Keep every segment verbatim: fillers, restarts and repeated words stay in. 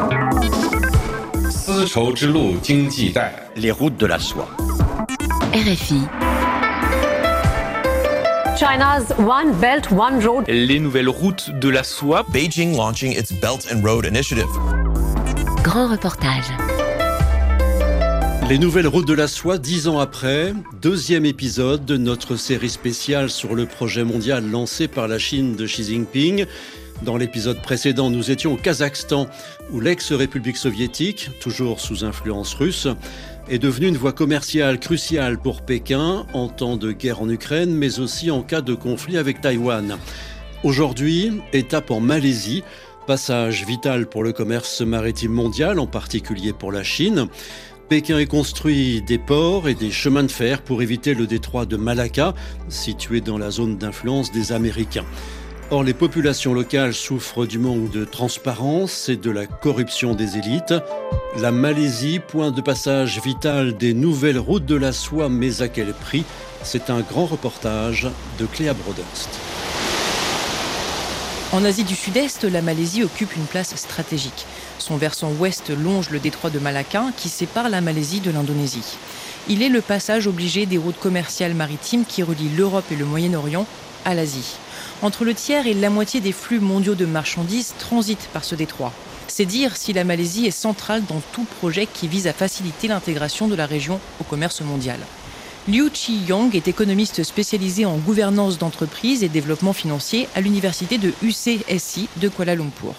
Les routes de la soie. R F I. China's One Belt, One Road. Les nouvelles routes de la soie. Beijing launching its Belt and Road Initiative. Grand reportage. Les nouvelles routes de la soie, dix ans après, deuxième épisode de notre série spéciale sur le projet mondial lancé par la Chine de Xi Jinping. Dans l'épisode précédent, nous étions au Kazakhstan, où l'ex-république soviétique, toujours sous influence russe, est devenue une voie commerciale cruciale pour Pékin en temps de guerre en Ukraine, mais aussi en cas de conflit avec Taïwan. Aujourd'hui, étape en Malaisie, passage vital pour le commerce maritime mondial, en particulier pour la Chine. Pékin a construit des ports et des chemins de fer pour éviter le détroit de Malacca, situé dans la zone d'influence des Américains. Or, les populations locales souffrent du manque de transparence et de la corruption des élites. La Malaisie, point de passage vital des nouvelles routes de la soie, mais à quel prix ? C'est un grand reportage de Cléa Broderst. En Asie du Sud-Est, la Malaisie occupe une place stratégique. Son versant ouest longe le détroit de Malacca qui sépare la Malaisie de l'Indonésie. Il est le passage obligé des routes commerciales maritimes qui relient l'Europe et le Moyen-Orient à l'Asie. Entre le tiers et la moitié des flux mondiaux de marchandises transitent par ce détroit. C'est dire si la Malaisie est centrale dans tout projet qui vise à faciliter l'intégration de la région au commerce mondial. Liu Chi-yong est économiste spécialisé en gouvernance d'entreprise et développement financier à l'université de U C S I de Kuala Lumpur.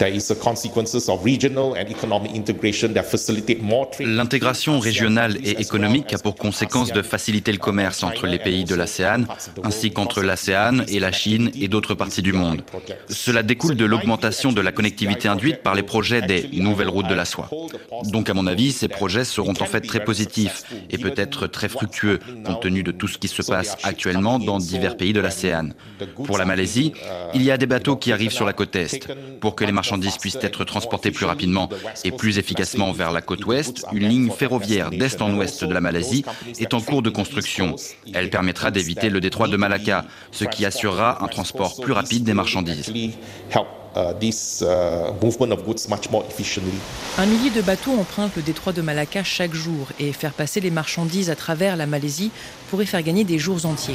L'intégration régionale et économique a pour conséquence de faciliter le commerce entre les pays de l'ASEAN, ainsi qu'entre l'ASEAN et la Chine et d'autres parties du monde. Cela découle de l'augmentation de la connectivité induite par les projets des nouvelles routes de la soie. Donc à mon avis, ces projets seront en fait très positifs et peut-être très fructueux, compte tenu de tout ce qui se passe actuellement dans divers pays de l'ASEAN. Pour la Malaisie, il y a des bateaux qui arrivent sur la côte Est. Pour que les marchandises puissent être transportées plus rapidement et plus efficacement vers la côte ouest, une ligne ferroviaire d'est en ouest de la Malaisie est en cours de construction. Elle permettra d'éviter le détroit de Malacca, ce qui assurera un transport plus rapide des marchandises. Un millier de bateaux empruntent le détroit de Malacca chaque jour et faire passer les marchandises à travers la Malaisie pourrait faire gagner des jours entiers.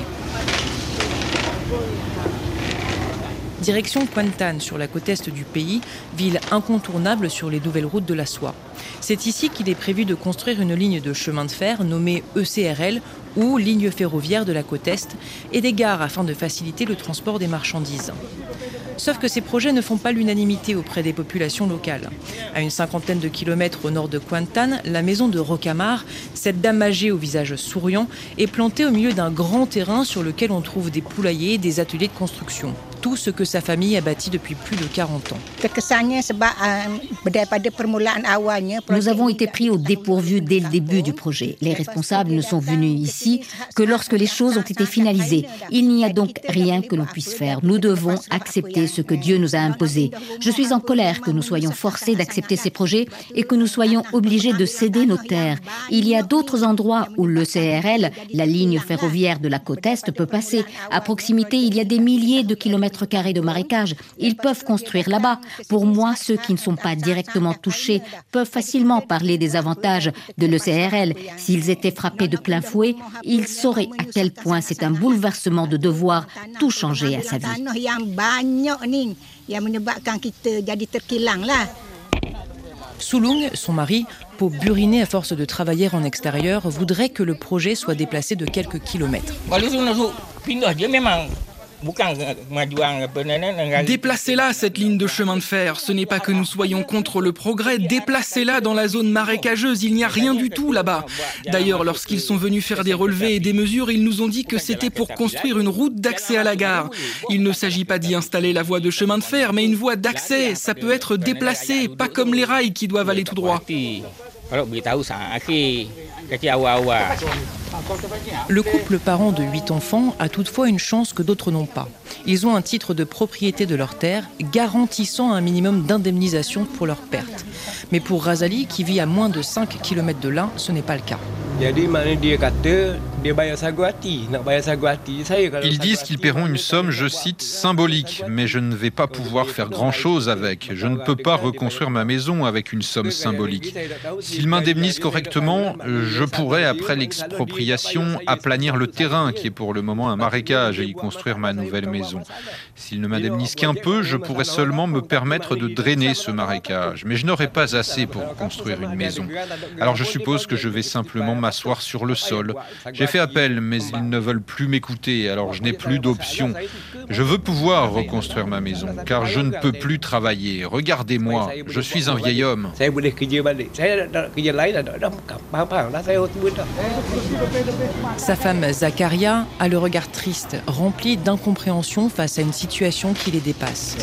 Direction Kuantan, sur la côte est du pays, ville incontournable sur les nouvelles routes de la soie. C'est ici qu'il est prévu de construire une ligne de chemin de fer nommée E C R L, ou ligne ferroviaire de la côte Est, et des gares afin de faciliter le transport des marchandises. Sauf que ces projets ne font pas l'unanimité auprès des populations locales. À une cinquantaine de kilomètres au nord de Kuantan, la maison de Rocamar, cette dame âgée au visage souriant, est plantée au milieu d'un grand terrain sur lequel on trouve des poulaillers et des ateliers de construction. Tout ce que sa famille a bâti depuis plus de quarante ans. Nous avons été pris au dépourvu dès le début du projet. Les responsables ne sont venus ici que lorsque les choses ont été finalisées. Il n'y a donc rien que l'on puisse faire. Nous devons accepter ce que Dieu nous a imposé. Je suis en colère que nous soyons forcés d'accepter ces projets et que nous soyons obligés de céder nos terres. Il y a d'autres endroits où le C R L, la ligne ferroviaire de la côte Est, peut passer. À proximité, il y a des milliers de kilomètres carrés de marécages. Ils peuvent construire là-bas. Pour moi, ceux qui ne sont pas directement touchés peuvent facilement parler des avantages de l'E C R L. S'ils étaient frappés de plein fouet, ils sauraient à quel point c'est un bouleversement de devoir tout changer à sa vie. Sulung, son mari, peau burinée à force de travailler en extérieur, voudrait que le projet soit déplacé de quelques kilomètres. Déplacez-la, cette ligne de chemin de fer. Ce n'est pas que nous soyons contre le progrès. Déplacez-la dans la zone marécageuse. Il n'y a rien du tout là-bas. D'ailleurs, lorsqu'ils sont venus faire des relevés et des mesures, ils nous ont dit que c'était pour construire une route d'accès à la gare. Il ne s'agit pas d'y installer la voie de chemin de fer, mais une voie d'accès. Ça peut être déplacé, pas comme les rails qui doivent aller tout droit. Le couple parent de huit enfants a toutefois une chance que d'autres n'ont pas. Ils ont un titre de propriété de leur terre garantissant un minimum d'indemnisation pour leurs pertes. Mais pour Razali, qui vit à moins de cinq kilomètres de là, ce n'est pas le cas. Ils disent qu'ils paieront une somme, je cite, symbolique, mais je ne vais pas pouvoir faire grand-chose avec. Je ne peux pas reconstruire ma maison avec une somme symbolique. S'ils m'indemnisent correctement, je pourrais, après l'expropriation, aplanir le terrain, qui est pour le moment un marécage, et y construire ma nouvelle maison. S'ils ne m'indemnisent qu'un peu, je pourrais seulement me permettre de drainer ce marécage. Mais je n'aurai pas assez pour construire une maison. Alors je suppose que je vais simplement m'asseoir sur le sol. J'ai fait appel, mais ils ne veulent plus m'écouter, alors je n'ai plus d'option. Je veux pouvoir reconstruire ma maison, car je ne peux plus travailler. Regardez-moi, je suis un vieil homme. Sa femme Zakaria a le regard triste, rempli d'incompréhension face à une situation qui les dépasse.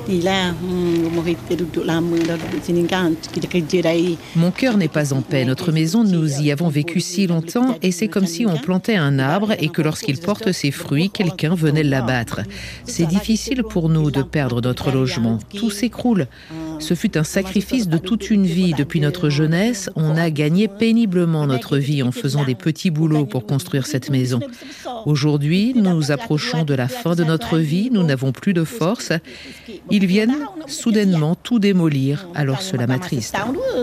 Mon cœur n'est pas en paix. Notre maison, nous y avons vécu si longtemps et c'est comme si on plantait un arbre et que lorsqu'il porte ses fruits, quelqu'un venait l'abattre. C'est difficile pour nous de perdre notre logement. Tout s'écroule. Ce fut un sacrifice de toute une vie. Depuis notre jeunesse, on a gagné péniblement notre vie en faisant des petits boulots pour construire cette maison. Aujourd'hui, nous nous approchons de la fin de notre vie, nous n'avons plus de force. Ils viennent soudainement tout démolir, alors cela m'attriste.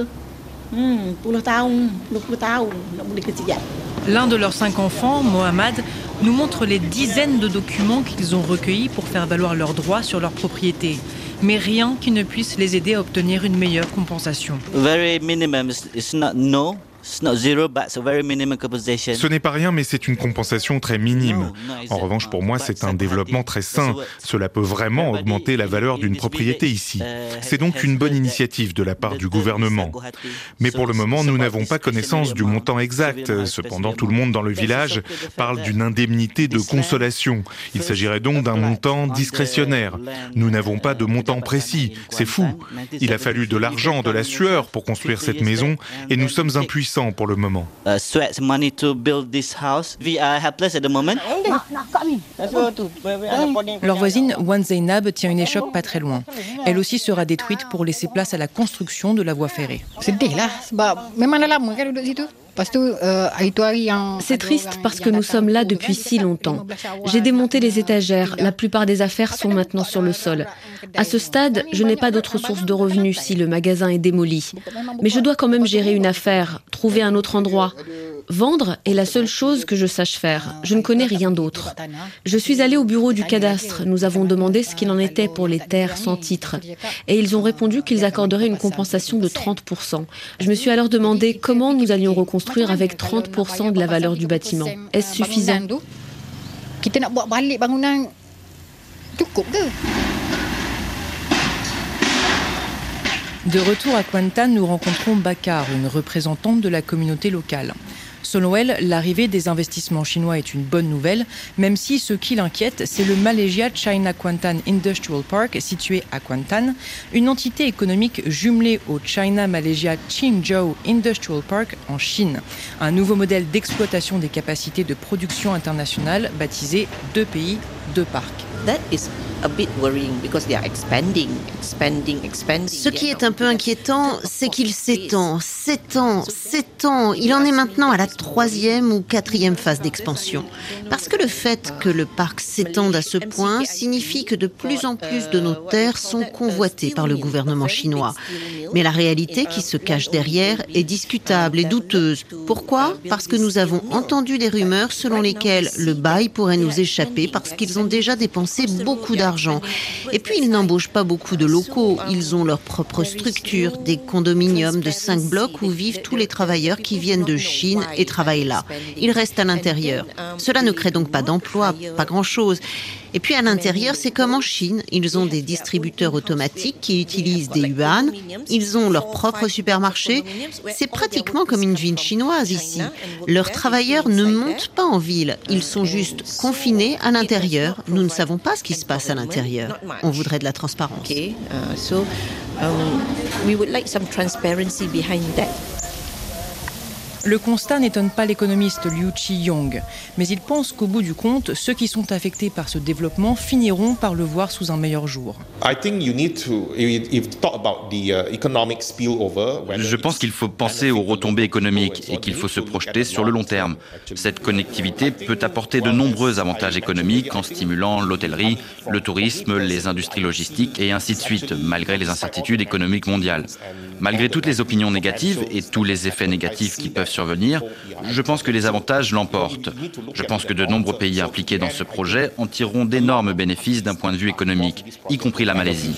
L'un de leurs cinq enfants, Mohamed, nous montre les dizaines de documents qu'ils ont recueillis pour faire valoir leurs droits sur leur propriété. Mais rien qui ne puisse les aider à obtenir une meilleure compensation. Very minimum. It's not no. Ce n'est pas rien, mais c'est une compensation très minime. En revanche, pour moi, c'est un développement très sain. Cela peut vraiment augmenter la valeur d'une propriété ici. C'est donc une bonne initiative de la part du gouvernement. Mais pour le moment, nous n'avons pas connaissance du montant exact. Cependant, tout le monde dans le village parle d'une indemnité de consolation. Il s'agirait donc d'un montant discrétionnaire. Nous n'avons pas de montant précis. C'est fou. Il a fallu de l'argent, de la sueur pour construire cette maison et nous sommes impuissants pour le moment. Uh, sweat money to build this house. We are helpless at the moment. Leur voisine, Wan Zainab, tient une échoppe pas très loin. Elle aussi sera détruite pour laisser place à la construction de la voie ferrée. C'est triste parce que nous sommes là depuis si longtemps. J'ai démonté les étagères, la plupart des affaires sont maintenant sur le sol. À ce stade, je n'ai pas d'autre source de revenus si le magasin est démoli. Mais je dois quand même gérer une affaire, trouver un autre endroit. Vendre est la seule chose que je sache faire. Je ne connais rien d'autre. Je suis allée au bureau du cadastre. Nous avons demandé ce qu'il en était pour les terres sans titre. Et ils ont répondu qu'ils accorderaient une compensation de trente pour cent. Je me suis alors demandé comment nous allions reconstruire avec trente pour cent de la valeur du bâtiment. Est-ce suffisant ? De retour à Kuantan, nous rencontrons Bakar, une représentante de la communauté locale. Selon elle, l'arrivée des investissements chinois est une bonne nouvelle, même si ce qui l'inquiète, c'est le Malaysia China Kuantan Industrial Park, situé à Kuantan, une entité économique jumelée au China Malaysia Qingzhou Industrial Park en Chine. Un nouveau modèle d'exploitation des capacités de production internationale, baptisé « Deux pays, deux parcs ». Ce qui est un peu inquiétant, c'est qu'il s'étend, s'étend, s'étend. Il en est maintenant à la troisième ou quatrième phase d'expansion. Parce que le fait que le parc s'étende à ce point signifie que de plus en plus de nos terres sont convoitées par le gouvernement chinois. Mais la réalité qui se cache derrière est discutable et douteuse. Pourquoi ? Parce que nous avons entendu des rumeurs selon lesquelles le bail pourrait nous échapper parce qu'ils ont déjà dépensé beaucoup d'argent. Et puis, ils n'embauchent pas beaucoup de locaux. Ils ont leur propre structure, des condominiums de cinq blocs où vivent tous les travailleurs qui viennent de Chine et travaillent là. Ils restent à l'intérieur. Cela ne crée donc pas d'emploi, pas grand-chose. Et puis à l'intérieur, c'est comme en Chine. Ils ont des distributeurs automatiques qui utilisent des yuan. Ils ont leur propre supermarché. C'est pratiquement comme une ville chinoise ici. Leurs travailleurs ne montent pas en ville. Ils sont juste confinés à l'intérieur. Nous ne savons pas ce qui se passe à l'intérieur. On voudrait de la transparence. Okay. Uh, so, um, we would like some transparency behind that. Le constat n'étonne pas l'économiste Liu Chi-yong, mais il pense qu'au bout du compte, ceux qui sont affectés par ce développement finiront par le voir sous un meilleur jour. Je pense qu'il faut penser aux retombées économiques et qu'il faut se projeter sur le long terme. Cette connectivité peut apporter de nombreux avantages économiques en stimulant l'hôtellerie, le tourisme, les industries logistiques et ainsi de suite, malgré les incertitudes économiques mondiales. Malgré toutes les opinions négatives et tous les effets négatifs qui peuvent survenir, je pense que les avantages l'emportent. Je pense que de nombreux pays impliqués dans ce projet en tireront d'énormes bénéfices d'un point de vue économique, y compris la Malaisie.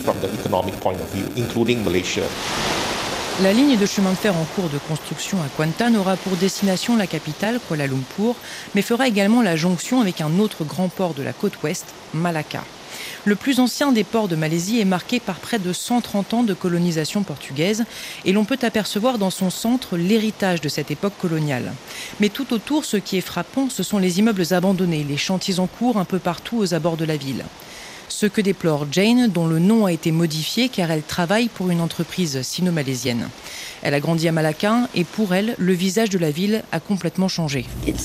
La ligne de chemin de fer en cours de construction à Kuantan aura pour destination la capitale, Kuala Lumpur, mais fera également la jonction avec un autre grand port de la côte ouest, Malacca. Le plus ancien des ports de Malaisie est marqué par près de cent trente ans de colonisation portugaise et l'on peut apercevoir dans son centre l'héritage de cette époque coloniale. Mais tout autour, ce qui est frappant, ce sont les immeubles abandonnés, les chantiers en cours un peu partout aux abords de la ville. Ce que déplore Jane, dont le nom a été modifié car elle travaille pour une entreprise sino-malaisienne. Elle a grandi à Malacca et pour elle, le visage de la ville a complètement changé.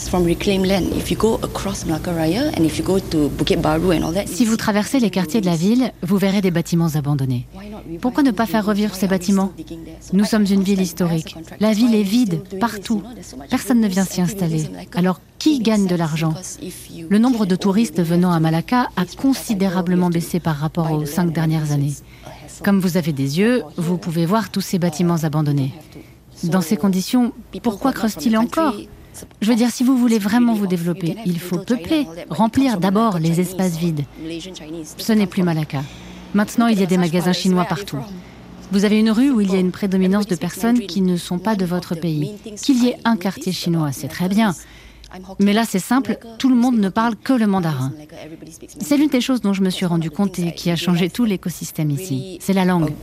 Si vous traversez les quartiers de la ville, vous verrez des bâtiments abandonnés. Pourquoi ne pas faire revivre ces bâtiments ? Nous sommes une ville historique. La ville est vide, partout. Personne ne vient s'y installer. Alors, qui gagne de l'argent ? Le nombre de touristes venant à Malacca a considérablement baissé par rapport aux cinq dernières années. Comme vous avez des yeux, vous pouvez voir tous ces bâtiments abandonnés. Dans ces conditions, pourquoi creuse-t-il encore ? Je veux dire, si vous voulez vraiment vous développer, il faut peupler, remplir d'abord les espaces vides. Ce n'est plus Malacca. Maintenant, il y a des magasins chinois partout. Vous avez une rue où il y a une prédominance de personnes qui ne sont pas de votre pays. Qu'il y ait un quartier chinois, c'est très bien. Mais là, c'est simple, tout le monde ne parle que le mandarin. C'est l'une des choses dont je me suis rendu compte et qui a changé tout l'écosystème ici. C'est la langue.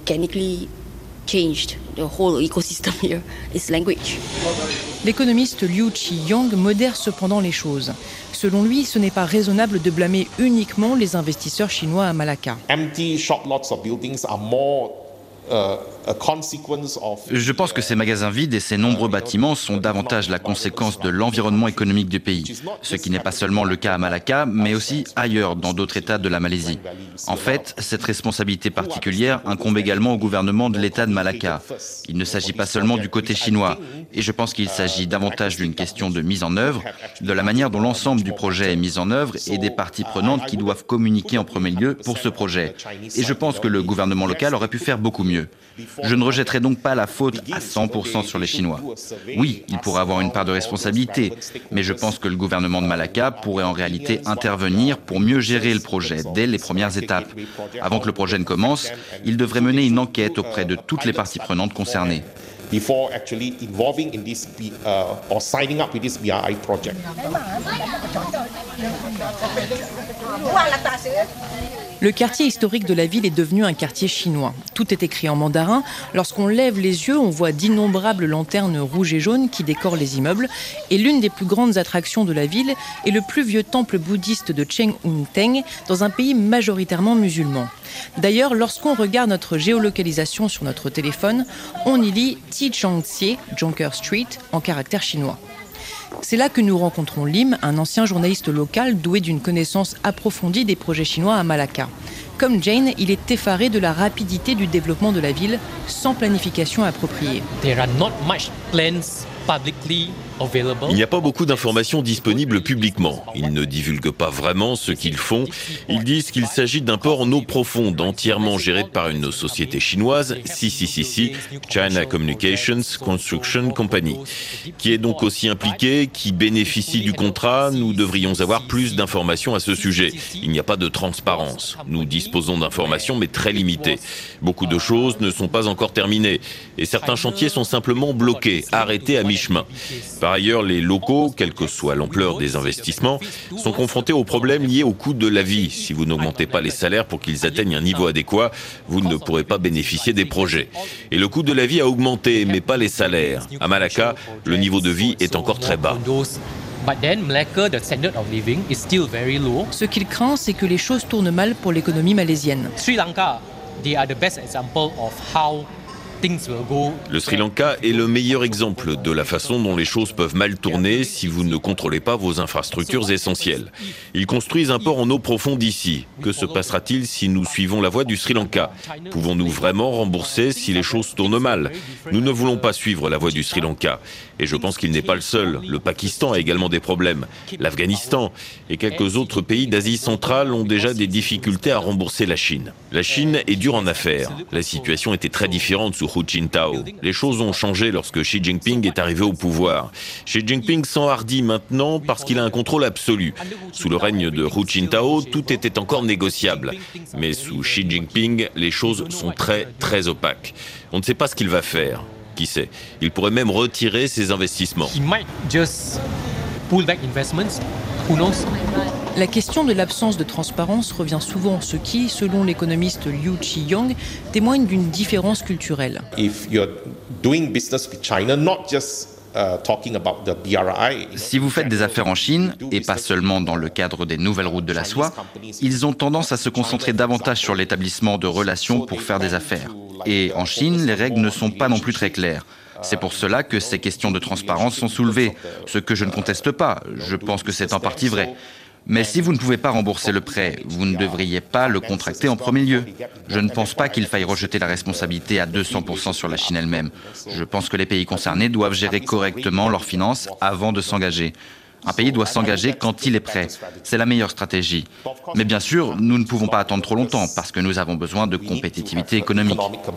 L'économiste Liu Chi-yong modère cependant les choses. Selon lui, ce n'est pas raisonnable de blâmer uniquement les investisseurs chinois à Malacca. Je pense que ces magasins vides et ces nombreux bâtiments sont davantage la conséquence de l'environnement économique du pays, ce qui n'est pas seulement le cas à Malacca, mais aussi ailleurs dans d'autres États de la Malaisie. En fait, cette responsabilité particulière incombe également au gouvernement de l'État de Malacca. Il ne s'agit pas seulement du côté chinois, et je pense qu'il s'agit davantage d'une question de mise en œuvre, de la manière dont l'ensemble du projet est mis en œuvre et des parties prenantes qui doivent communiquer en premier lieu pour ce projet. Et je pense que le gouvernement local aurait pu faire beaucoup mieux. Je ne rejetterai donc pas la faute à cent pour cent sur les Chinois. Oui, il pourrait avoir une part de responsabilité, mais je pense que le gouvernement de Malacca pourrait en réalité intervenir pour mieux gérer le projet dès les premières étapes. Avant que le projet ne commence, il devrait mener une enquête auprès de toutes les parties prenantes concernées. Before actually involving in this uh, or signing up with this B R I project. Le quartier historique de la ville est devenu un quartier chinois. Tout est écrit en mandarin. Lorsqu'on lève les yeux, on voit d'innombrables lanternes rouges et jaunes qui décorent les immeubles. Et l'une des plus grandes attractions de la ville est le plus vieux temple bouddhiste de Cheng Un Teng, dans un pays majoritairement musulman. D'ailleurs, lorsqu'on regarde notre géolocalisation sur notre téléphone, on y lit Tichangxie, Jonker Street, en caractère chinois. C'est là que nous rencontrons Lim, un ancien journaliste local doué d'une connaissance approfondie des projets chinois à Malacca. Comme Jane, il est effaré de la rapidité du développement de la ville sans planification appropriée. There are not much plans publicly available. Il n'y a pas beaucoup d'informations disponibles publiquement. Ils ne divulguent pas vraiment ce qu'ils font. Ils disent qu'il s'agit d'un port en eau profonde, entièrement géré par une société chinoise, C C C C, China Communications Construction Company, qui est donc aussi impliquée, qui bénéficie du contrat. Nous devrions avoir plus d'informations à ce sujet. Il n'y a pas de transparence. Nous disposons d'informations, mais très limitées. Beaucoup de choses ne sont pas encore terminées. Et certains chantiers sont simplement bloqués, arrêtés à mi-chemin. Par ailleurs, les locaux, quelle que soit l'ampleur des investissements, sont confrontés aux problèmes liés au coût de la vie. Si vous n'augmentez pas les salaires pour qu'ils atteignent un niveau adéquat, vous ne pourrez pas bénéficier des projets. Et le coût de la vie a augmenté, mais pas les salaires. À Malacca, le niveau de vie est encore très bas. Ce qu'il craint, c'est que les choses tournent mal pour l'économie malaisienne. Sri Lanka, they are the best example of how Le Sri Lanka est le meilleur exemple de la façon dont les choses peuvent mal tourner si vous ne contrôlez pas vos infrastructures essentielles. Ils construisent un port en eau profonde ici. Que se passera-t-il si nous suivons la voie du Sri Lanka? Pouvons-nous vraiment rembourser si les choses tournent mal? Nous ne voulons pas suivre la voie du Sri Lanka. Et je pense qu'il n'est pas le seul. Le Pakistan a également des problèmes. L'Afghanistan et quelques autres pays d'Asie centrale ont déjà des difficultés à rembourser la Chine. La Chine est dure en affaires. La situation était très différente sous Hu Jintao. Les choses ont changé lorsque Xi Jinping est arrivé au pouvoir. Xi Jinping s'enhardit maintenant parce qu'il a un contrôle absolu. Sous le règne de Hu Jintao, tout était encore négociable. Mais sous Xi Jinping, les choses sont très, très opaques. On ne sait pas ce qu'il va faire. Qui sait? Il pourrait même retirer ses investissements. La question de l'absence de transparence revient souvent, ce qui, selon l'économiste Liu Qiyong, témoigne d'une différence culturelle. Si vous faites des affaires en Chine, et pas seulement dans le cadre des nouvelles routes de la soie, ils ont tendance à se concentrer davantage sur l'établissement de relations pour faire des affaires. Et en Chine, les règles ne sont pas non plus très claires. C'est pour cela que ces questions de transparence sont soulevées, ce que je ne conteste pas. Je pense que c'est en partie vrai. Mais si vous ne pouvez pas rembourser le prêt, vous ne devriez pas le contracter en premier lieu. Je ne pense pas qu'il faille rejeter la responsabilité à deux cents pour cent sur la Chine elle-même. Je pense que les pays concernés doivent gérer correctement leurs finances avant de s'engager. Un pays doit s'engager quand il est prêt. C'est la meilleure stratégie. Mais bien sûr, nous ne pouvons pas attendre trop longtemps parce que nous avons besoin de compétitivité économique.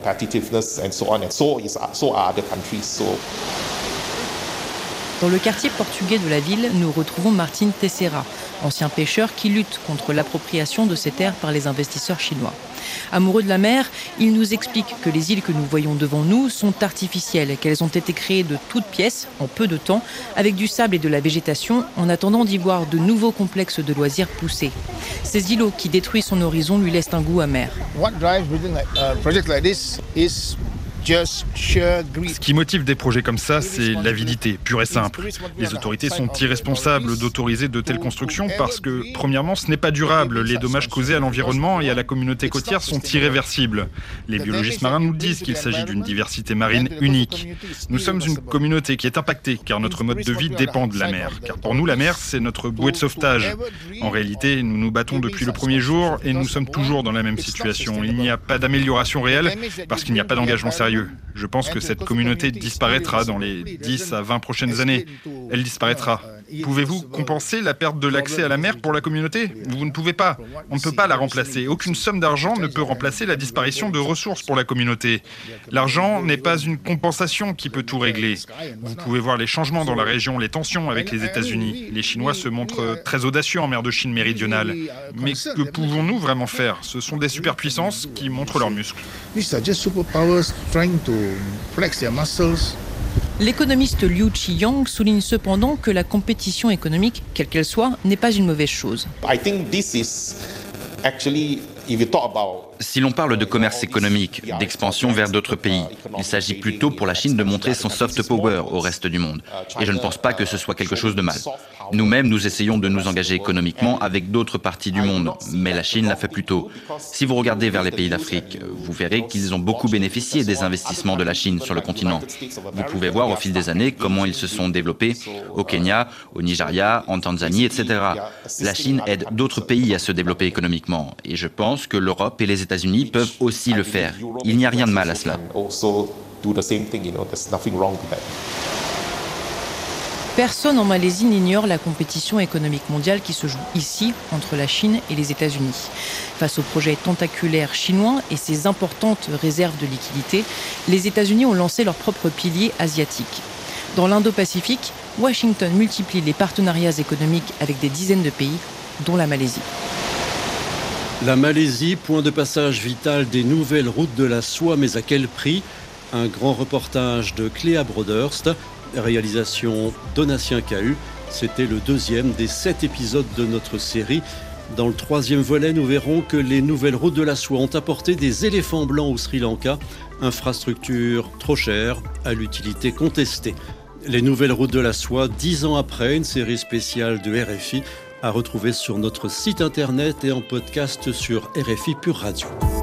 Dans le quartier portugais de la ville, nous retrouvons Martin Teixeira, ancien pêcheur qui lutte contre l'appropriation de ces terres par les investisseurs chinois. Amoureux de la mer, il nous explique que les îles que nous voyons devant nous sont artificielles et qu'elles ont été créées de toutes pièces, en peu de temps, avec du sable et de la végétation, en attendant d'y voir de nouveaux complexes de loisirs pousser. Ces îlots qui détruisent son horizon lui laissent un goût amer. Ce qui motive des projets comme ça, c'est l'avidité, pure et simple. Les autorités sont irresponsables d'autoriser de telles constructions parce que, premièrement, ce n'est pas durable. Les dommages causés à l'environnement et à la communauté côtière sont irréversibles. Les biologistes marins nous disent qu'il s'agit d'une diversité marine unique. Nous sommes une communauté qui est impactée car notre mode de vie dépend de la mer. Car pour nous, la mer, c'est notre bouée de sauvetage. En réalité, nous nous battons depuis le premier jour et nous sommes toujours dans la même situation. Il n'y a pas d'amélioration réelle parce qu'il n'y a pas d'engagement sérieux. Je pense que cette communauté disparaîtra dans les dix à vingt prochaines années. Elle disparaîtra. Pouvez-vous compenser la perte de l'accès à la mer pour la communauté? Vous ne pouvez pas. On ne peut pas la remplacer. Aucune somme d'argent ne peut remplacer la disparition de ressources pour la communauté. L'argent n'est pas une compensation qui peut tout régler. Vous pouvez voir les changements dans la région, les tensions avec les États-Unis. Les Chinois se montrent très audacieux en mer de Chine méridionale. Mais que pouvons-nous vraiment faire? Ce sont des superpuissances qui montrent leurs muscles. L'économiste Liu Qiyong souligne cependant que la compétition économique, quelle qu'elle soit, n'est pas une mauvaise chose. Si l'on parle de commerce économique, d'expansion vers d'autres pays, il s'agit plutôt pour la Chine de montrer son soft power au reste du monde. Et je ne pense pas que ce soit quelque chose de mal. Nous-mêmes, nous essayons de nous engager économiquement avec d'autres parties du monde, mais la Chine l'a fait plus tôt. Si vous regardez vers les pays d'Afrique, vous verrez qu'ils ont beaucoup bénéficié des investissements de la Chine sur le continent. Vous pouvez voir au fil des années comment ils se sont développés au Kenya, au Nigeria, en Tanzanie, et cetera. La Chine aide d'autres pays à se développer économiquement. Et je pense que l'Europe et les États-Unis peuvent aussi le faire. Il n'y a rien de mal à cela. Personne en Malaisie n'ignore la compétition économique mondiale qui se joue ici entre la Chine et les États-Unis. Face au projet tentaculaire chinois et ses importantes réserves de liquidités, les États-Unis ont lancé leur propre pilier asiatique. Dans l'Indo-Pacifique, Washington multiplie les partenariats économiques avec des dizaines de pays, dont la Malaisie. La Malaisie, point de passage vital des nouvelles routes de la soie, mais à quel prix? Un grand reportage de Cléa Broderst, réalisation Donatien Cahu. C'était le deuxième des sept épisodes de notre série. Dans le troisième volet, nous verrons que les nouvelles routes de la soie ont apporté des éléphants blancs au Sri Lanka, infrastructure trop chère, à l'utilité contestée. Les nouvelles routes de la soie, dix ans après, une série spéciale de R F I, à retrouver sur notre site internet et en podcast sur R F I Pure Radio.